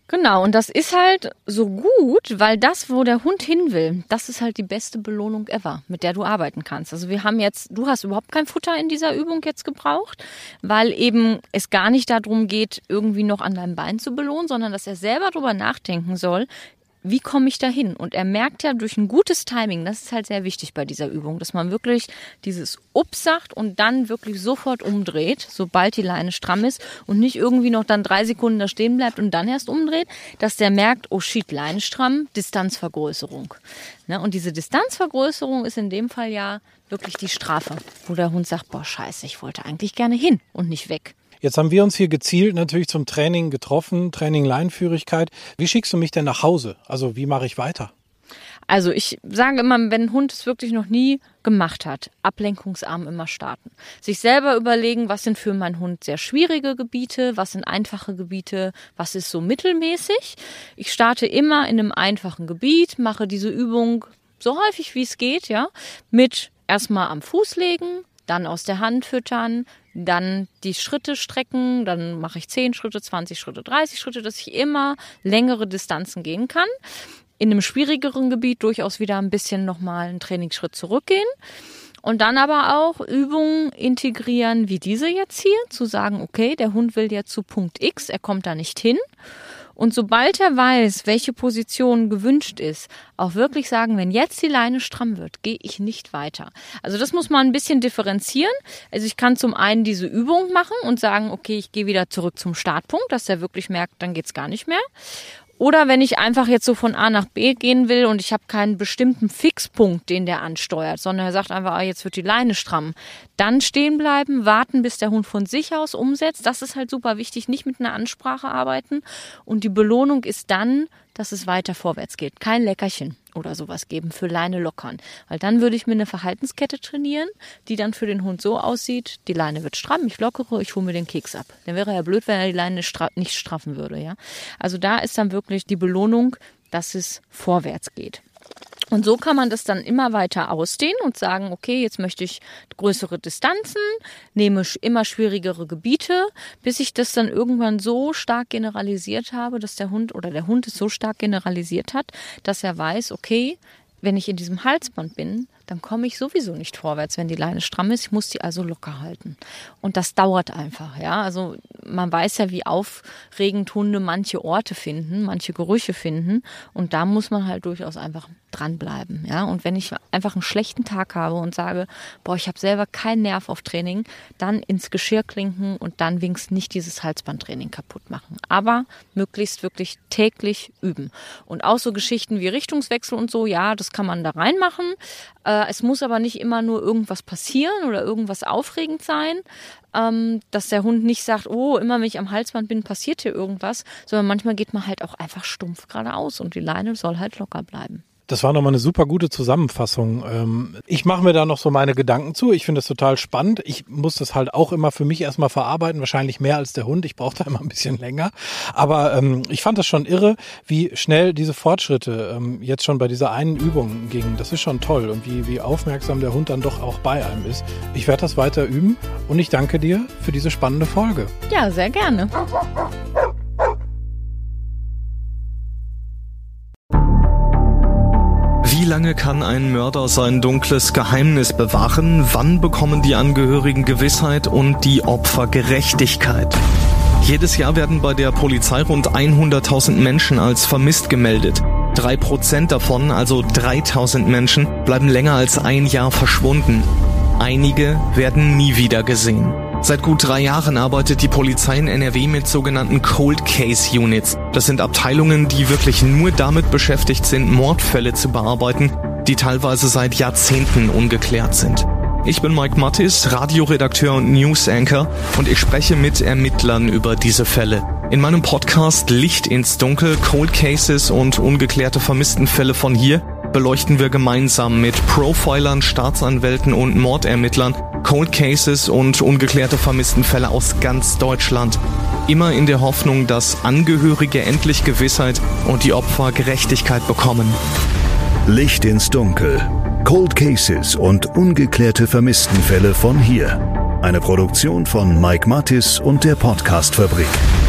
Genau, und das ist halt so gut, weil das, wo der Hund hin will, das ist halt die beste Belohnung ever, mit der du arbeiten kannst. Also wir haben jetzt, du hast überhaupt kein Futter in dieser Übung jetzt gebraucht, weil eben es gar nicht darum geht, irgendwie noch an deinem Bein zu belohnen, sondern dass er selber drüber nachdenken soll, wie komme ich da hin? Und er merkt ja durch ein gutes Timing, das ist halt sehr wichtig bei dieser Übung, dass man wirklich dieses Ups sagt und dann wirklich sofort umdreht, sobald die Leine stramm ist und nicht irgendwie noch dann drei Sekunden da stehen bleibt und dann erst umdreht, dass der merkt, oh shit, Leine stramm, Distanzvergrößerung. Ne? Und diese Distanzvergrößerung ist in dem Fall ja wirklich die Strafe, wo der Hund sagt, boah scheiße, ich wollte eigentlich gerne hin und nicht weg.
Jetzt haben wir uns hier gezielt natürlich zum Training getroffen, Training Leinenführigkeit. Wie schickst du mich denn nach Hause? Also wie mache ich weiter?
Also ich sage immer, wenn ein Hund es wirklich noch nie gemacht hat, ablenkungsarm immer starten. Sich selber überlegen, was sind für meinen Hund sehr schwierige Gebiete, was sind einfache Gebiete, was ist so mittelmäßig. Ich starte immer in einem einfachen Gebiet, mache diese Übung so häufig wie es geht, ja, mit erstmal am Fuß legen, dann aus der Hand füttern, dann die Schritte strecken, dann mache ich zehn Schritte, zwanzig Schritte, dreißig Schritte, dass ich immer längere Distanzen gehen kann. In einem schwierigeren Gebiet durchaus wieder ein bisschen nochmal einen Trainingsschritt zurückgehen. Und dann aber auch Übungen integrieren, wie diese jetzt hier, zu sagen, okay, der Hund will jetzt zu Punkt X, er kommt da nicht hin. Und sobald er weiß, welche Position gewünscht ist, auch wirklich sagen, wenn jetzt die Leine stramm wird, gehe ich nicht weiter. Also das muss man ein bisschen differenzieren. Also ich kann zum einen diese Übung machen und sagen, okay, ich gehe wieder zurück zum Startpunkt, dass der wirklich merkt, dann geht's gar nicht mehr. Oder wenn ich einfach jetzt so von A nach B gehen will und ich habe keinen bestimmten Fixpunkt, den der ansteuert, sondern er sagt einfach, ah, jetzt wird die Leine stramm, dann stehen bleiben, warten, bis der Hund von sich aus umsetzt. Das ist halt super wichtig, nicht mit einer Ansprache arbeiten. Und die Belohnung ist dann, dass es weiter vorwärts geht. Kein Leckerchen oder sowas geben für Leine lockern. Weil dann würde ich mir eine Verhaltenskette trainieren, die dann für den Hund so aussieht, die Leine wird stramm, ich lockere, ich hole mir den Keks ab. Dann wäre ja blöd, wenn er die Leine nicht straffen würde. Ja? Also da ist dann wirklich die Belohnung, dass es vorwärts geht. Und so kann man das dann immer weiter ausdehnen und sagen, okay, jetzt möchte ich größere Distanzen, nehme immer schwierigere Gebiete, bis ich das dann irgendwann so stark generalisiert habe, dass der Hund oder der Hund es so stark generalisiert hat, dass er weiß, okay, wenn ich in diesem Halsband bin, dann komme ich sowieso nicht vorwärts, wenn die Leine stramm ist. Ich muss die also locker halten. Und das dauert einfach, ja. Also man weiß ja, wie aufregend Hunde manche Orte finden, manche Gerüche finden. Und da muss man halt durchaus einfach dranbleiben, ja. Und wenn ich einfach einen schlechten Tag habe und sage, boah, ich habe selber keinen Nerv auf Training, dann ins Geschirr klinken und dann wenigstens nicht dieses Halsbandtraining kaputt machen. Aber möglichst wirklich täglich üben. Und auch so Geschichten wie Richtungswechsel und so, ja, das kann man da reinmachen. Es muss aber nicht immer nur irgendwas passieren oder irgendwas aufregend sein, ähm, dass der Hund nicht sagt, oh, immer wenn ich am Halsband bin, passiert hier irgendwas, sondern manchmal geht man halt auch einfach stumpf geradeaus und die Leine soll halt locker bleiben.
Das war nochmal eine super gute Zusammenfassung. Ich mache mir da noch so meine Gedanken zu. Ich finde das total spannend. Ich muss das halt auch immer für mich erstmal verarbeiten, wahrscheinlich mehr als der Hund. Ich brauche da immer ein bisschen länger. Aber ähm, ich fand das schon irre, wie schnell diese Fortschritte ähm, jetzt schon bei dieser einen Übung gingen. Das ist schon toll und wie, wie aufmerksam der Hund dann doch auch bei einem ist. Ich werde das weiter üben und ich danke dir für diese spannende Folge.
Ja, sehr gerne.
Wie lange kann ein Mörder sein dunkles Geheimnis bewahren? Wann bekommen die Angehörigen Gewissheit und die Opfer Gerechtigkeit? Jedes Jahr werden bei der Polizei rund hunderttausend Menschen als vermisst gemeldet. Drei Prozent davon, also dreitausend Menschen, bleiben länger als ein Jahr verschwunden. Einige werden nie wieder gesehen. Seit gut drei Jahren arbeitet die Polizei in N R W mit sogenannten Cold Case Units. Das sind Abteilungen, die wirklich nur damit beschäftigt sind, Mordfälle zu bearbeiten, die teilweise seit Jahrzehnten ungeklärt sind. Ich bin Mike Mattis, Radioredakteur und News Anchor und ich spreche mit Ermittlern über diese Fälle. In meinem Podcast Licht ins Dunkel, Cold Cases und ungeklärte Vermisstenfälle von hier beleuchten wir gemeinsam mit Profilern, Staatsanwälten und Mordermittlern Cold Cases und ungeklärte Vermisstenfälle aus ganz Deutschland. Immer in der Hoffnung, dass Angehörige endlich Gewissheit und die Opfer Gerechtigkeit bekommen.
Licht ins Dunkel. Cold Cases und ungeklärte Vermisstenfälle von hier. Eine Produktion von Mike Mattis und der Podcast-Fabrik.